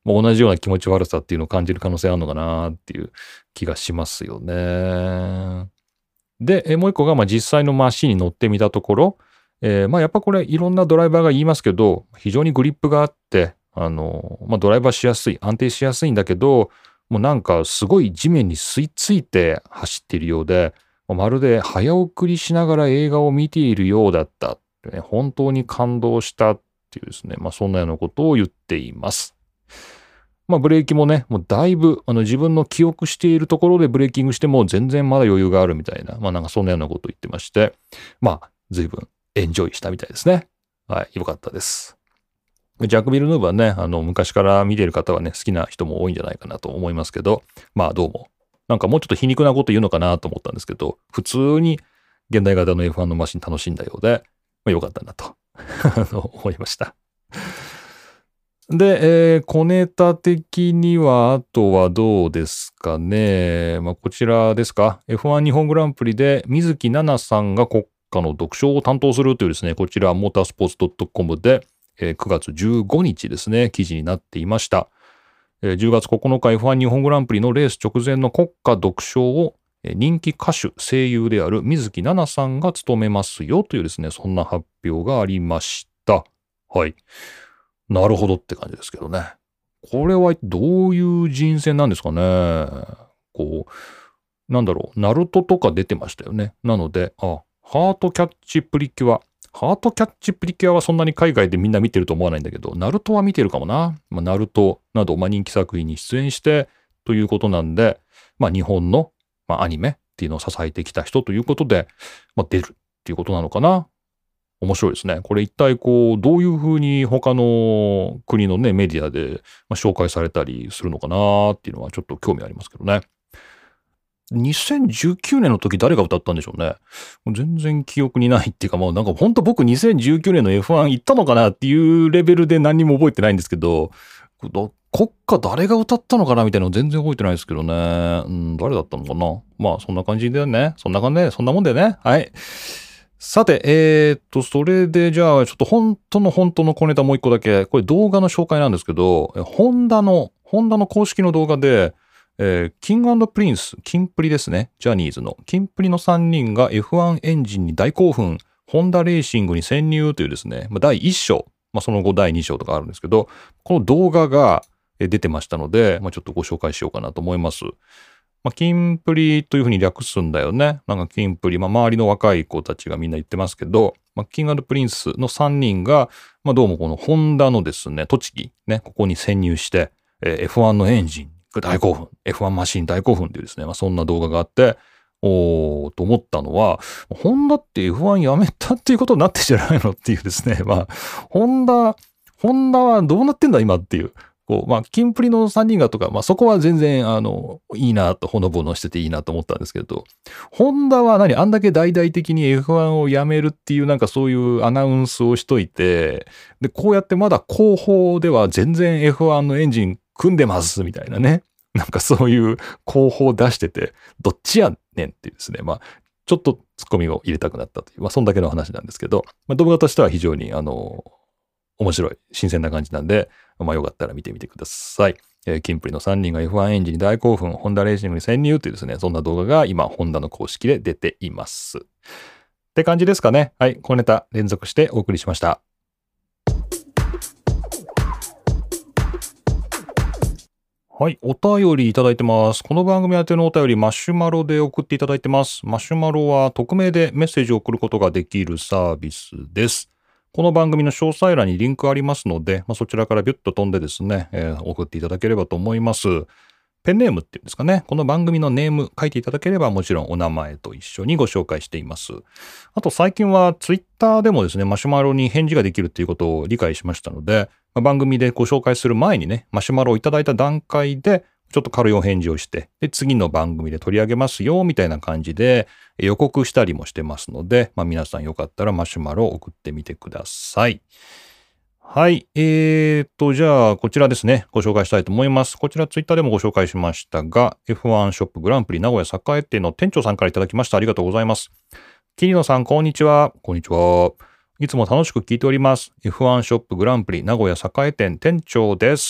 同じような気持ち悪さっていうのを感じる可能性あるのかなっていう気がしますよね。で、もう一個が実際のマシンに乗ってみたところ、やっぱこれいろんなドライバーが言いますけど、非常にグリップがあって、ドライバーしやすい、安定しやすいんだけど、もうなんかすごい地面に吸い付いて走っているようで、まるで早送りしながら映画を見ているようだったってね、本当に感動したっていうですね、そんなようなことを言っています。ブレーキもね、もうだいぶ、自分の記憶しているところでブレーキングしても全然まだ余裕があるみたいな、なんかそんなようなことを言ってまして、随分エンジョイしたみたいですね。はい、よかったです。ジャック・ビルヌーブはね、昔から見ている方はね、好きな人も多いんじゃないかなと思いますけど、どうも、なんかもうちょっと皮肉なこと言うのかなと思ったんですけど、普通に現代型の F1 のマシン楽しんだようで、よかったなと思いました。で、小ネタ的には、あとはどうですかね。こちらですか。F1 日本グランプリで水木奈々さんが国歌の独唱を担当するというですね、こちらモータースポーツ .com で、9月15日ですね、記事になっていました。10月9日 F1 日本グランプリのレース直前の国歌独唱を人気歌手、声優である水木奈々さんが務めますよというですね、そんな発表がありました。はい。なるほどって感じですけどね。これはどういう人選なんですかね。ナルトとか出てましたよね。なので、ハートキャッチプリキュア。ハートキャッチプリキュアはそんなに海外でみんな見てると思わないんだけど、ナルトは見てるかもな。ナルトなど、人気作品に出演してということなんで、日本の、アニメっていうのを支えてきた人ということで、出るっていうことなのかな。面白いですね。これ一体どういうふうに他の国のね、メディアで紹介されたりするのかなっていうのはちょっと興味ありますけどね。2019年の時誰が歌ったんでしょうね。全然記憶にないっていうか、なんか本当僕2019年の F1 行ったのかなっていうレベルで何にも覚えてないんですけど、国歌誰が歌ったのかなみたいなの全然覚えてないですけどね。誰だったのかな。そんな感じだよね。そんなもんだよね。はい。さて、それでじゃあ、ちょっと本当の小ネタもう一個だけ、これ動画の紹介なんですけど、ホンダの公式の動画で、キング&プリンス、キンプリですね。ジャニーズの。キンプリの3人が F1 エンジンに大興奮、ホンダレーシングに潜入というですね、第1章、その後第2章とかあるんですけど、この動画が出てましたので、ちょっとご紹介しようかなと思います。キンプリというふうに略すんだよね。なんかキンプリ、周りの若い子たちがみんな言ってますけど、キング&プリンスの3人が、どうもこのホンダのですね、栃木、ね、ここに潜入して、F1 のエンジン、大興奮、F1 マシン大興奮っていうですね、そんな動画があって、と思ったのは、ホンダって F1 やめたっていうことになってんじゃないのっていうですね、ホンダはどうなってんだ今っていう。キンプリの3人がとか、そこは全然、いいなと、ほのぼのしてていいなと思ったんですけど、ホンダはあんだけ大々的に F1 をやめるっていう、なんかそういうアナウンスをしといて、で、こうやってまだ後方では全然 F1 のエンジン組んでます、みたいなね。なんかそういう後方出してて、どっちやねんっていうですね、ちょっとツッコミを入れたくなったという、そんだけの話なんですけど、動画としては非常に、面白い、新鮮な感じなんで、よかったら見てみてください。キンプリの3人が F1 エンジンに大興奮、ホンダレーシングに潜入というですね、そんな動画が今、ホンダの公式で出ています。って感じですかね。はい、小ネタ連続してお送りしました。はい、お便りいただいてます。この番組宛てのお便り、マシュマロで送っていただいてます。マシュマロは匿名でメッセージを送ることができるサービスです。この番組の詳細欄にリンクありますので、そちらからビュッと飛んでですね、送っていただければと思います。ペンネームっていうんですかね。この番組のネーム書いていただければもちろんお名前と一緒にご紹介しています。あと最近はツイッターでもですね、マシュマロに返事ができるっていうことを理解しましたので、番組でご紹介する前にね、マシュマロをいただいた段階でちょっと軽いお返事をして、で、次の番組で取り上げますよ、みたいな感じで予告したりもしてますので、皆さんよかったらマシュマロを送ってみてください。はい。じゃあ、こちらですね。ご紹介したいと思います。こちらツイッターでもご紹介しましたが、F1 ショップグランプリ名古屋栄店の店長さんからいただきました。ありがとうございます。桐野さん、こんにちは。こんにちは。いつも楽しく聞いております。F1 ショップグランプリ名古屋栄店店長です。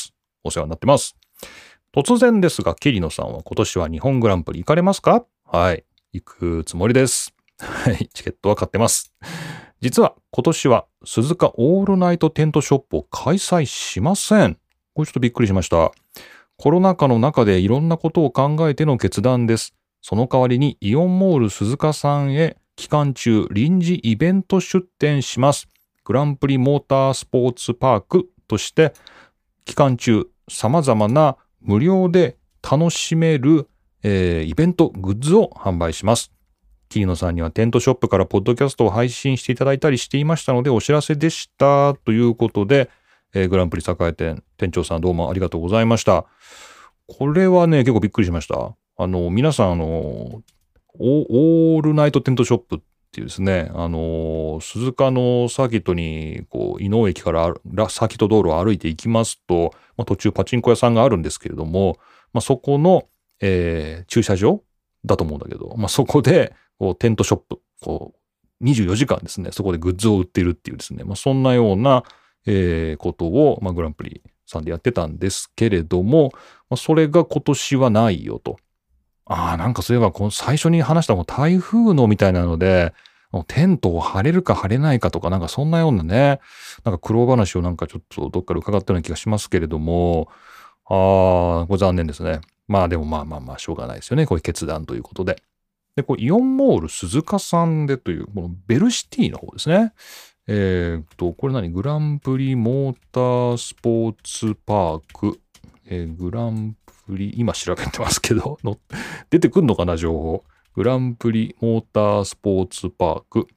お世話になってます。突然ですが、桐野さんは今年は日本グランプリ行かれますか？はい。行くつもりです。はい。チケットは買ってます。実は今年は鈴鹿オールナイトテントショップを開催しません。これちょっとびっくりしました。コロナ禍の中でいろんなことを考えての決断です。その代わりにイオンモール鈴鹿さんへ期間中臨時イベント出店します。グランプリモータースポーツパークとして期間中様々な無料で楽しめる、イベントグッズを販売します。桐野さんにはテントショップからポッドキャストを配信していただいたりしていましたのでお知らせでしたということで、グランプリ栄店店長さんどうもありがとうございました。これはね結構びっくりしました。皆さんオールナイトテントショップっていうですね、鈴鹿のサーキットにこう伊能駅からサーキット道路を歩いていきますと、途中パチンコ屋さんがあるんですけれども、そこの、駐車場だと思うんだけど、そこでこうテントショップ24時間ですねそこでグッズを売っているっていうですね、そんなような、ことを、グランプリさんでやってたんですけれども、それが今年はないよと。なんかそういえばこの最初に話した台風のみたいなので、テントを張れるか張れないかとかなんかそんなようなね、なんか苦労話をなんかちょっとどっかで伺ったような気がしますけれども、これ残念ですね。でもしょうがないですよね。こういう決断ということで。で、これイオンモール鈴鹿さんでという、このベルシティの方ですね。これグランプリモータースポーツパーク。グランプリ、今調べてますけど、出てくんのかな、情報。グランプリモータースポーツパーク。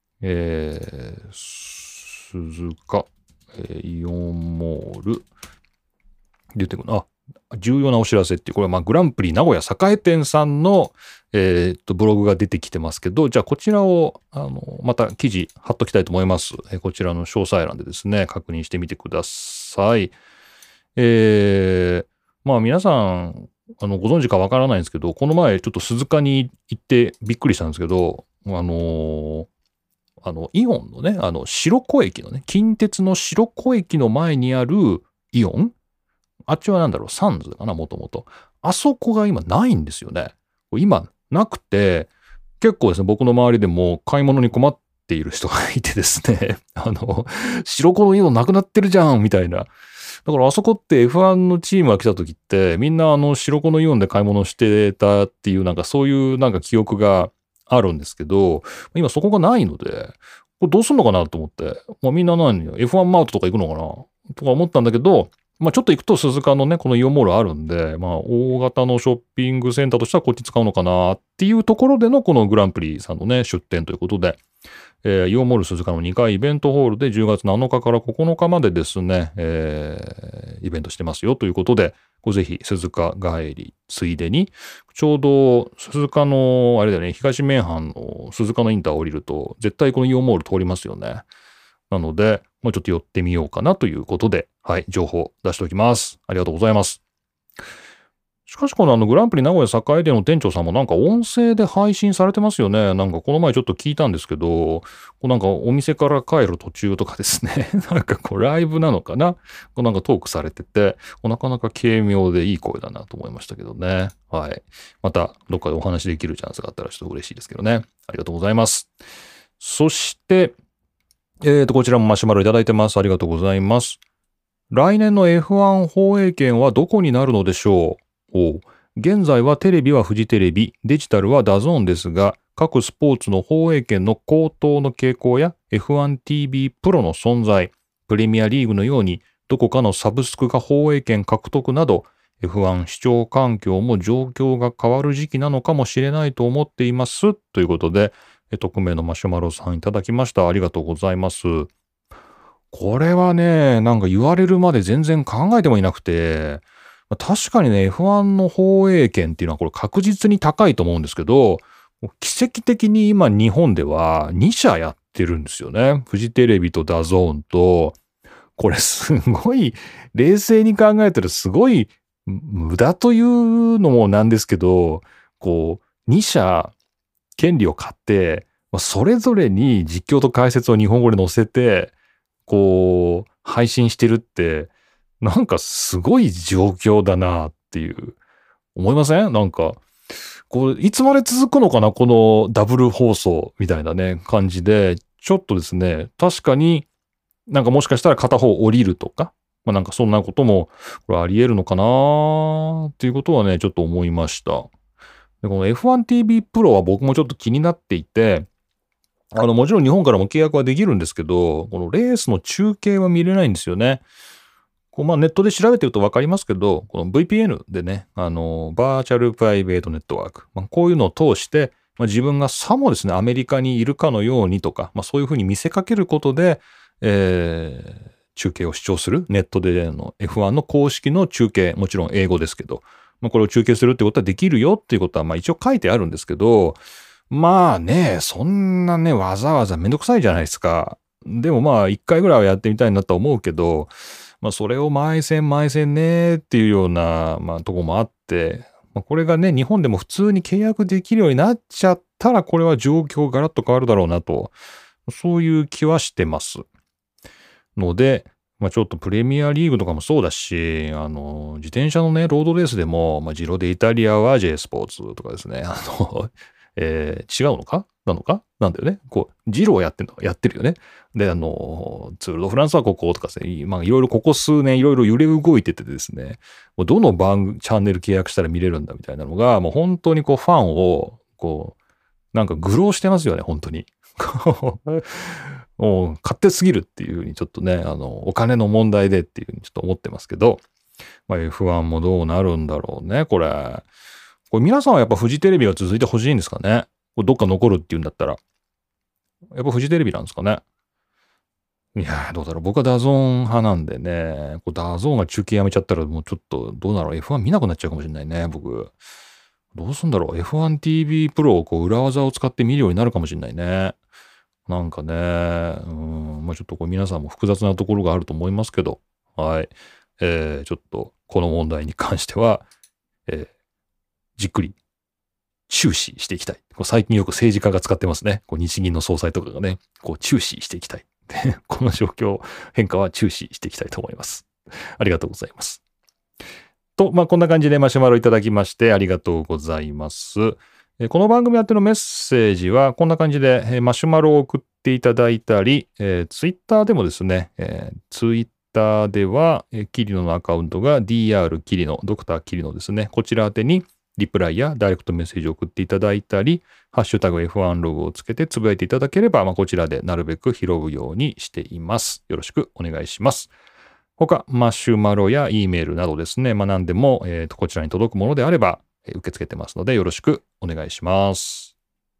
鈴鹿、イオンモール。出てくるな。重要なお知らせっていう、これはグランプリ名古屋栄店さんの、ブログが出てきてますけど、じゃあこちらを、また記事貼っときたいと思います。こちらの詳細欄でですね、確認してみてください。皆さん、ご存知かわからないんですけど、この前ちょっと鈴鹿に行ってびっくりしたんですけど、イオンのね、白子駅のね、近鉄の白子駅の前にあるイオン、あっちはサンズかな、もともと。あそこが今ないんですよね。今なくて、結構ですね、僕の周りでも買い物に困っている人がいてですね、白子のイオンなくなってるじゃんみたいな。だからあそこって F1 のチームが来た時ってみんな白子のイオンで買い物してたっていうそういう記憶があるんですけど、今そこがないので、これどうすんのかなと思って、みんなF1 マートとか行くのかなとか思ったんだけど、ちょっと行くと鈴鹿のね、このイオンモールあるんで、大型のショッピングセンターとしてはこっち使うのかなっていうところでのこのグランプリさんのね、出店ということで、イオンモール鈴鹿の2階イベントホールで10月7日から9日までですね、イベントしてますよということで、ぜひ鈴鹿帰りついでに、ちょうど鈴鹿の、あれだよね、東名阪の鈴鹿のインター降りると、絶対このイオンモール通りますよね。なので、ちょっと寄ってみようかなということで、はい、情報出しておきます。ありがとうございます。しかしこのグランプリ名古屋栄店の店長さんも音声で配信されてますよね。この前ちょっと聞いたんですけど、お店から帰る途中とかですね、ライブなのかなトークされてて、なかなか軽妙でいい声だなと思いましたけどね。はい。またどっかでお話できるチャンスがあったらちょっと嬉しいですけどね。ありがとうございます。そして、こちらもマシュマロいただいてます。ありがとうございます。来年の F1 放映権はどこになるのでしょう？現在はテレビはフジテレビ、デジタルはダゾーンですが、各スポーツの放映権の高騰の傾向や F1TV プロの存在、プレミアリーグのようにどこかのサブスクが放映権獲得など、F1 視聴環境も状況が変わる時期なのかもしれないと思っています。ということで、匿名のマシュマロさんいただきました。ありがとうございます。これはね、言われるまで全然考えてもいなくて、確かにね、F1 の放映権っていうのはこれ確実に高いと思うんですけど、奇跡的に今日本では2社やってるんですよね。フジテレビとダゾーンと、これすごい、冷静に考えたらすごい無駄というのもなんですけど、2社権利を買って、それぞれに実況と解説を日本語で載せて、配信してるって、 なんかすごい状況だなっていう思いません？なんかこういつまで続くのかな、このダブル放送みたいなね感じで、ちょっとですね、確かになんかもしかしたら片方降りるとか、まあなんかそんなこともこれあり得るのかなっていうことはねちょっと思いました。でこの F1TV プロは僕もちょっと気になっていて、もちろん日本からも契約はできるんですけど、このレースの中継は見れないんですよね。まあネットで調べてると分かりますけど、この VPN でね、バーチャルプライベートネットワーク、こういうのを通して、自分がさもですね、アメリカにいるかのようにとか、そういうふうに見せかけることで、中継を視聴する、ネットでの F1 の公式の中継、もちろん英語ですけど、これを中継するってことはできるよっていうことは、一応書いてあるんですけど、まあね、そんなね、わざわざめんどくさいじゃないですか。でも一回ぐらいはやってみたいなとは思うけど、それを毎戦ねっていうような、とこもあって、これがね、日本でも普通に契約できるようになっちゃったら、これは状況ガラッと変わるだろうなと、そういう気はしてます。ので、ちょっとプレミアリーグとかもそうだし、自転車のね、ロードレースでも、ジロデイタリアは J スポーツとかですね、違うのかなのかなんだよね。ジローやってるよね。で、ツール・ド・フランスはこことかですね、いろいろここ数年いろいろ揺れ動いててですね、もうどのチャンネル契約したら見れるんだみたいなのが、もう本当にファンを、なんか愚弄してますよね、本当に。もう勝手すぎるっていうふうにちょっとね、お金の問題でっていうふうにちょっと思ってますけど、F1 もどうなるんだろうね、これ皆さんはやっぱフジテレビが続いてほしいんですかね？どっか残るっていうんだったら。やっぱフジテレビなんですかね？いやー、どうだろう。僕はダゾーン派なんでね、ダゾーンが中継やめちゃったらもうちょっとどうだろう。F1 見なくなっちゃうかもしれないね、僕。どうすんだろう。F1TV プロを裏技を使って見るようになるかもしれないね。なんかね、ちょっと皆さんも複雑なところがあると思いますけど、はい。ちょっとこの問題に関しては、じっくり注視していきたい。最近よく政治家が使ってますね。日銀の総裁とかがね、注視していきたい。この状況、変化は注視していきたいと思います。ありがとうございます。と、こんな感じでマシュマロいただきましてありがとうございます。この番組宛てのメッセージはこんな感じでマシュマロを送っていただいたり、ツイッターでもですね、ツイッターではキリノのアカウントが DR キリノ、ドクターキリノですね。こちら宛てにリプライやダイレクトメッセージを送っていただいたり、ハッシュタグ F1 ログをつけてつぶやいていただければ、こちらでなるべく拾うようにしています。よろしくお願いします。他、マシュマロや E メールなどですね、何でも、こちらに届くものであれば、受け付けてますので、よろしくお願いします。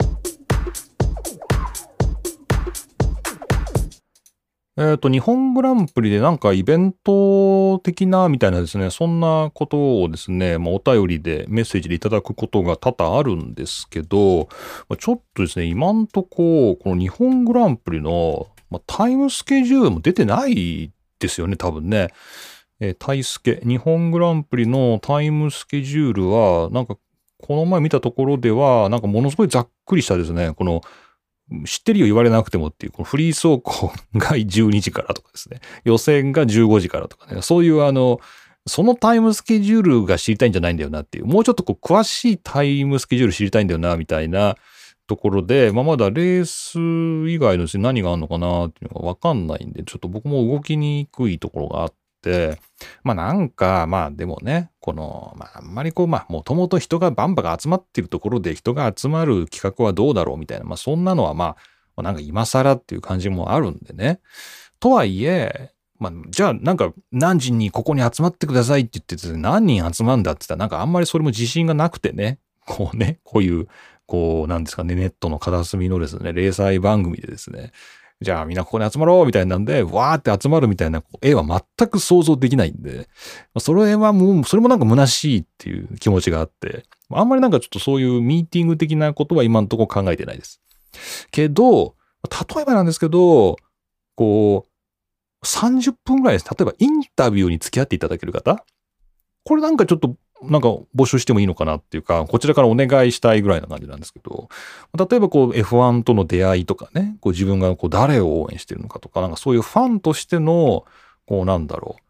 日本グランプリでなんかイベント的なみたいなですね、そんなことをですね、お便りでメッセージでいただくことが多々あるんですけど、ちょっとですね、今んとこ、この日本グランプリのタイムスケジュールも出てないですよね、多分ね。タイスケ、日本グランプリのタイムスケジュールは、なんかこの前見たところでは、なんかものすごいざっくりしたですね、この知ってるよ言われなくてもっていう、このフリー走行が12時からとかですね、予選が15時からとかね、そういうそのタイムスケジュールが知りたいんじゃないんだよなっていう、もうちょっと詳しいタイムスケジュール知りたいんだよな、みたいなところで、まだレース以外の何があるのかなっていうのがわかんないんで、ちょっと僕も動きにくいところがあって、なんか、でもね、あんまりもともと人がバンバが集まってるところで人が集まる企画はどうだろうみたいな、そんなのはなんか今更っていう感じもあるんでね。とはいえ、じゃあなんか何時にここに集まってくださいって言ってて何人集まるんだって言ったらなんかあんまりそれも自信がなくてね、こういう、なんですかね、ネットの片隅のですね、零細番組でですね、じゃあみんなここに集まろうみたいなんで、わーって集まるみたいな絵は全く想像できないんで、それはもう、それもなんか虚しいっていう気持ちがあって、あんまりなんかちょっとそういうミーティング的なことは今のところ考えてないです。けど、例えばなんですけど、30分ぐらいです。例えばインタビューに付き合っていただける方、これなんかちょっとなんか募集してもいいのかなっていうか、こちらからお願いしたいぐらいな感じなんですけど、例えばF1 との出会いとかね、自分が誰を応援してるのかとか、なんかそういうファンとしての、なんだろ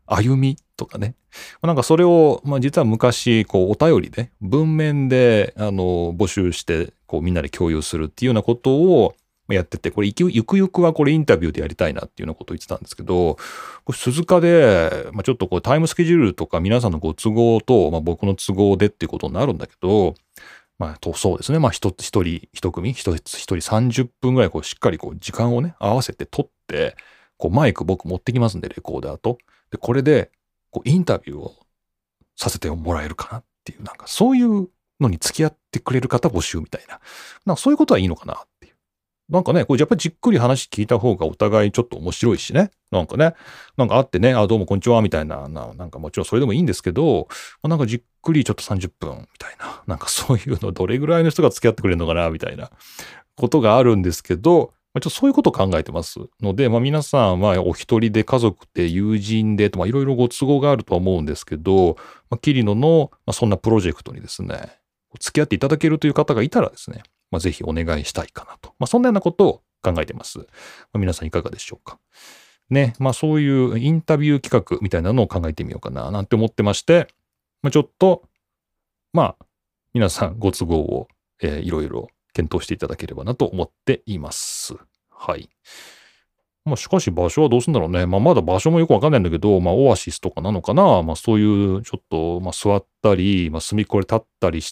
歩みとかね。なんかそれを、実は昔、こう、お便りで、文面で、募集して、こう、みんなで共有するっていうようなことをやってて、これ、ゆくゆくはこれインタビューでやりたいなっていうようなことを言ってたんですけど、これ鈴鹿で、ちょっとこう、タイムスケジュールとか皆さんのご都合と、僕の都合でっていうことになるんだけど、そうですね。一人一組、一人30分ぐらい、こう、しっかりこう、時間をね、合わせて撮って、こう、マイク僕持ってきますんで、レコーダーと。で、これで、こう、インタビューをさせてもらえるかなっていう、なんかそういうのに付き合ってくれる方募集みたいな。なんかそういうことはいいのかなっていう。なんかね、これやっぱりじっくり話聞いた方がお互いちょっと面白いしね。なんかね、なんか会ってね、どうもこんにちはみたいな、なんかもちろんそれでもいいんですけど、なんかじっくりちょっと30分みたいな、なんかそういうのどれぐらいの人が付き合ってくれるのかなみたいなことがあるんですけど、ちょっとそういうことを考えてますので、皆さんはお一人で家族で友人でと、いろいろご都合があるとは思うんですけど、キリノの、そんなプロジェクトにですね、付き合っていただけるという方がいたらですね、ぜひお願いしたいかなと。そんなようなことを考えてます。皆さんいかがでしょうか。ね、そういうインタビュー企画みたいなのを考えてみようかななんて思ってまして、ちょっと、皆さんご都合を、いろいろ検討していただければなと思っています。はい。しかし場所はどうするんだろうね。まだ場所もよくわかんないんだけど、オアシスとかなのかな。そういうちょっと、座ったり、隅っこで立ったりして、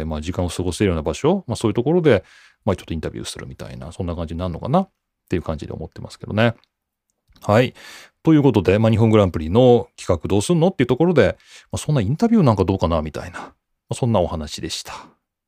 時間を過ごせるような場所、そういうところで、ちょっとインタビューするみたいな、そんな感じになるのかなっていう感じで思ってますけどね。はい。ということで、日本グランプリの企画どうすんのっていうところで、そんなインタビューなんかどうかなみたいな、そんなお話でした。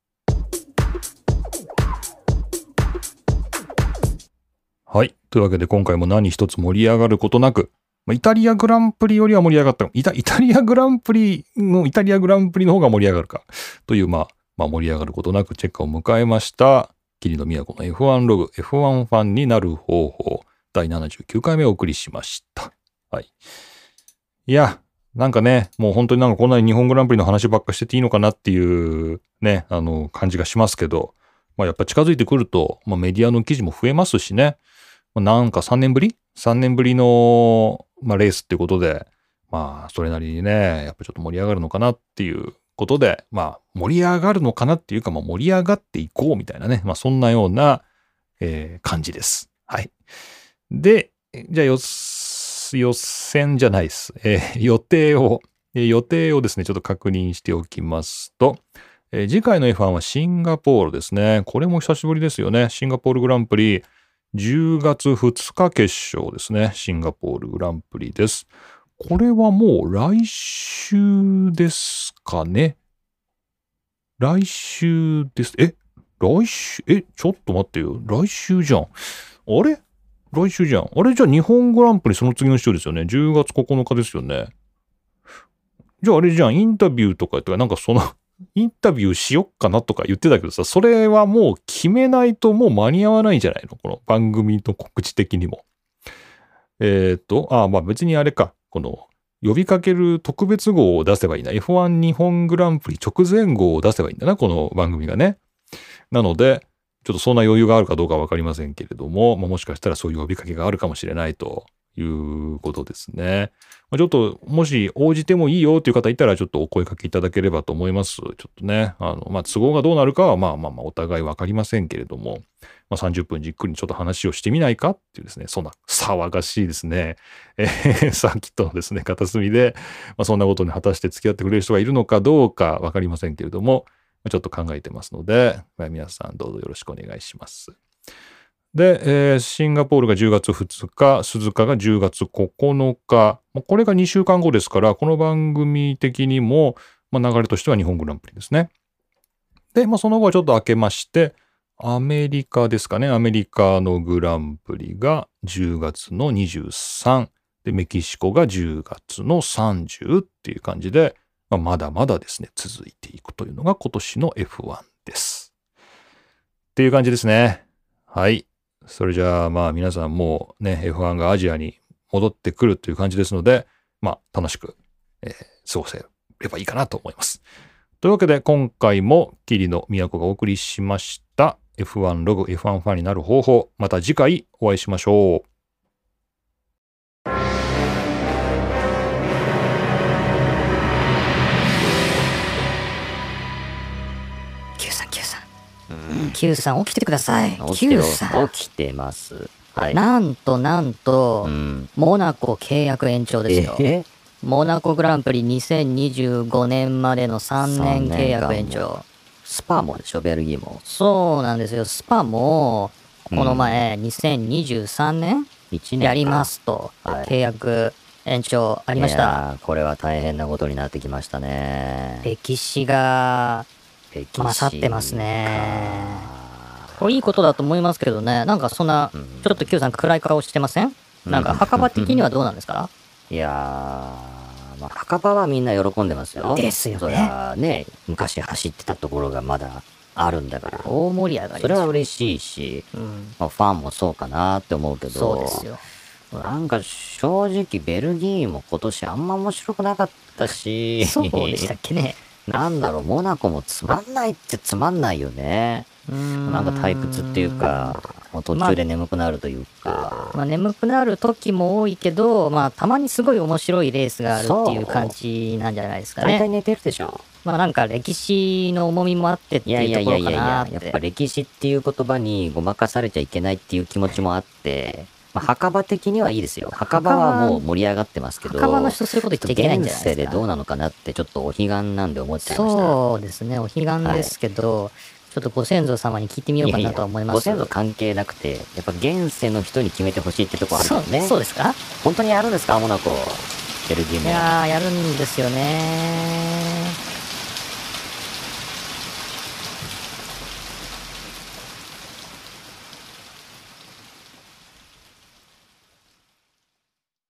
はい。というわけで今回も何一つ盛り上がることなく、イタリアグランプリよりは盛り上がった。イタリアグランプリの方が盛り上がるか。という、盛り上がることなくチェックを迎えました。桐野都の F1 ログ、F1 ファンになる方法、第79回目をお送りしました。はい。いや、なんかね、もう本当になんかこんなに日本グランプリの話ばっかしてていいのかなっていうね、感じがしますけど、やっぱ近づいてくると、メディアの記事も増えますしね、なんか3年ぶりの、レースっていうことで、それなりにね、やっぱちょっと盛り上がるのかなっていうことで、盛り上がるのかなっていうか、盛り上がっていこうみたいなね、そんなような、感じです。はい。で、じゃあ予選じゃないです。予定をですね、ちょっと確認しておきますと、次回の F1 はシンガポールですね。これも久しぶりですよね。シンガポールグランプリ。10月2日決勝ですね。シンガポールグランプリです。これはもう来週ですかね。来週です。来週、ちょっと待ってよ。来週じゃん。あれ来週じゃん。あれじゃあ日本グランプリその次の週ですよね。10月9日ですよね。じゃああれじゃん。インタビューとかなんかインタビューしよっかなとか言ってたけどさ、それはもう決めないともう間に合わないんじゃないのこの番組の告知的にも。別にあれか。この呼びかける特別号を出せばいいな。F1 日本グランプリ直前号を出せばいいんだな。この番組がね。なので、ちょっとそんな余裕があるかどうかわかりませんけれども、もしかしたらそういう呼びかけがあるかもしれないということですね。ちょっと、もし応じてもいいよという方いたら、ちょっとお声かけいただければと思います。ちょっとね、都合がどうなるかは、お互いわかりませんけれども、30分じっくりちょっと話をしてみないかっていうですね、そんな騒がしいですね、サーキットのですね、片隅で、そんなことに果たして付き合ってくれる人がいるのかどうかわかりませんけれども、ちょっと考えてますので、皆さんどうぞよろしくお願いします。で、シンガポールが10月2日、鈴鹿が10月9日。これが2週間後ですから、この番組的にも、流れとしては日本グランプリですね。で、その後はちょっと明けまして、アメリカですかね。アメリカのグランプリが10月の23。で、メキシコが10月の30っていう感じで、まだまだですね、続いていくというのが今年の F1 です。っていう感じですね。はい。それじゃあ皆さんもうね、F1 がアジアに戻ってくるという感じですので、楽しく、過ごせればいいかなと思います。というわけで今回も桐野都がお送りしました F1 ログ F1 ファンになる方法。また次回お会いしましょう。 Q さん起きてください。 起きて Q よさん。 起きてます。はい。 なんと、 うん。 モナコ契約延長ですよ。 えモナコグランプリ2025年までの3年契約延 3年間長。 スパもでしょ、ベルギーも。 そうなんですよ。スパも、この前、2023年 1年やりますと、 はい契約延長ありました。 いやーこれは大変なことになってきましたね。 歴史が歴史勝ってますね。 かこれいいことだと思いますけどね。なんかそんな、ちょっと Q さん暗い顔してません？なんか墓場的にはどうなんですか？ いやー、まあ、墓場はみんな喜んでますよ。 ですよねそりゃね、昔走ってたところがまだあるんだから。 大盛り上がりそれですよ。 は嬉しいし、 うん、 まあ、ファンもそうかなって思うけど、 そうですよ。 なんか正直ベルギーも今年あんま面白くなかったし、 そうでしたっけね。 なんだろう、モナコもつまんないってつまんないよね。なんか退屈っていうか、もう途中で眠くなるというか。 まあ、眠くなる時も多いけど、まあ、たまにすごい面白いレースがあるっていう感じなんじゃないですかね。 大体寝てるでしょ。 まあ、なんか歴史の重みもあってっていやいいうところかやいやいやいや、 なって。 やっぱ歴史っていう言葉にごまかされちゃいけないっていう気持ちもあって、まあ、墓場的にはいいですよ。墓場はもう盛り上がってますけど、 墓場の人そういうこと言っちゃいけないんじゃない現世ですか。 でどうなのかなってちょっとお彼岸なんで思っちゃいました。 そうですね、お彼岸ですけど、ちょっとご先祖様に聞いてみようかなとは思います。 ご先祖関係なくて、やっぱ現世の人に決めてほしいってとこあるもんね。 そうですか？ 本当にやるんですか、モナコ。ベルギーも。 いやー、やるんですよね。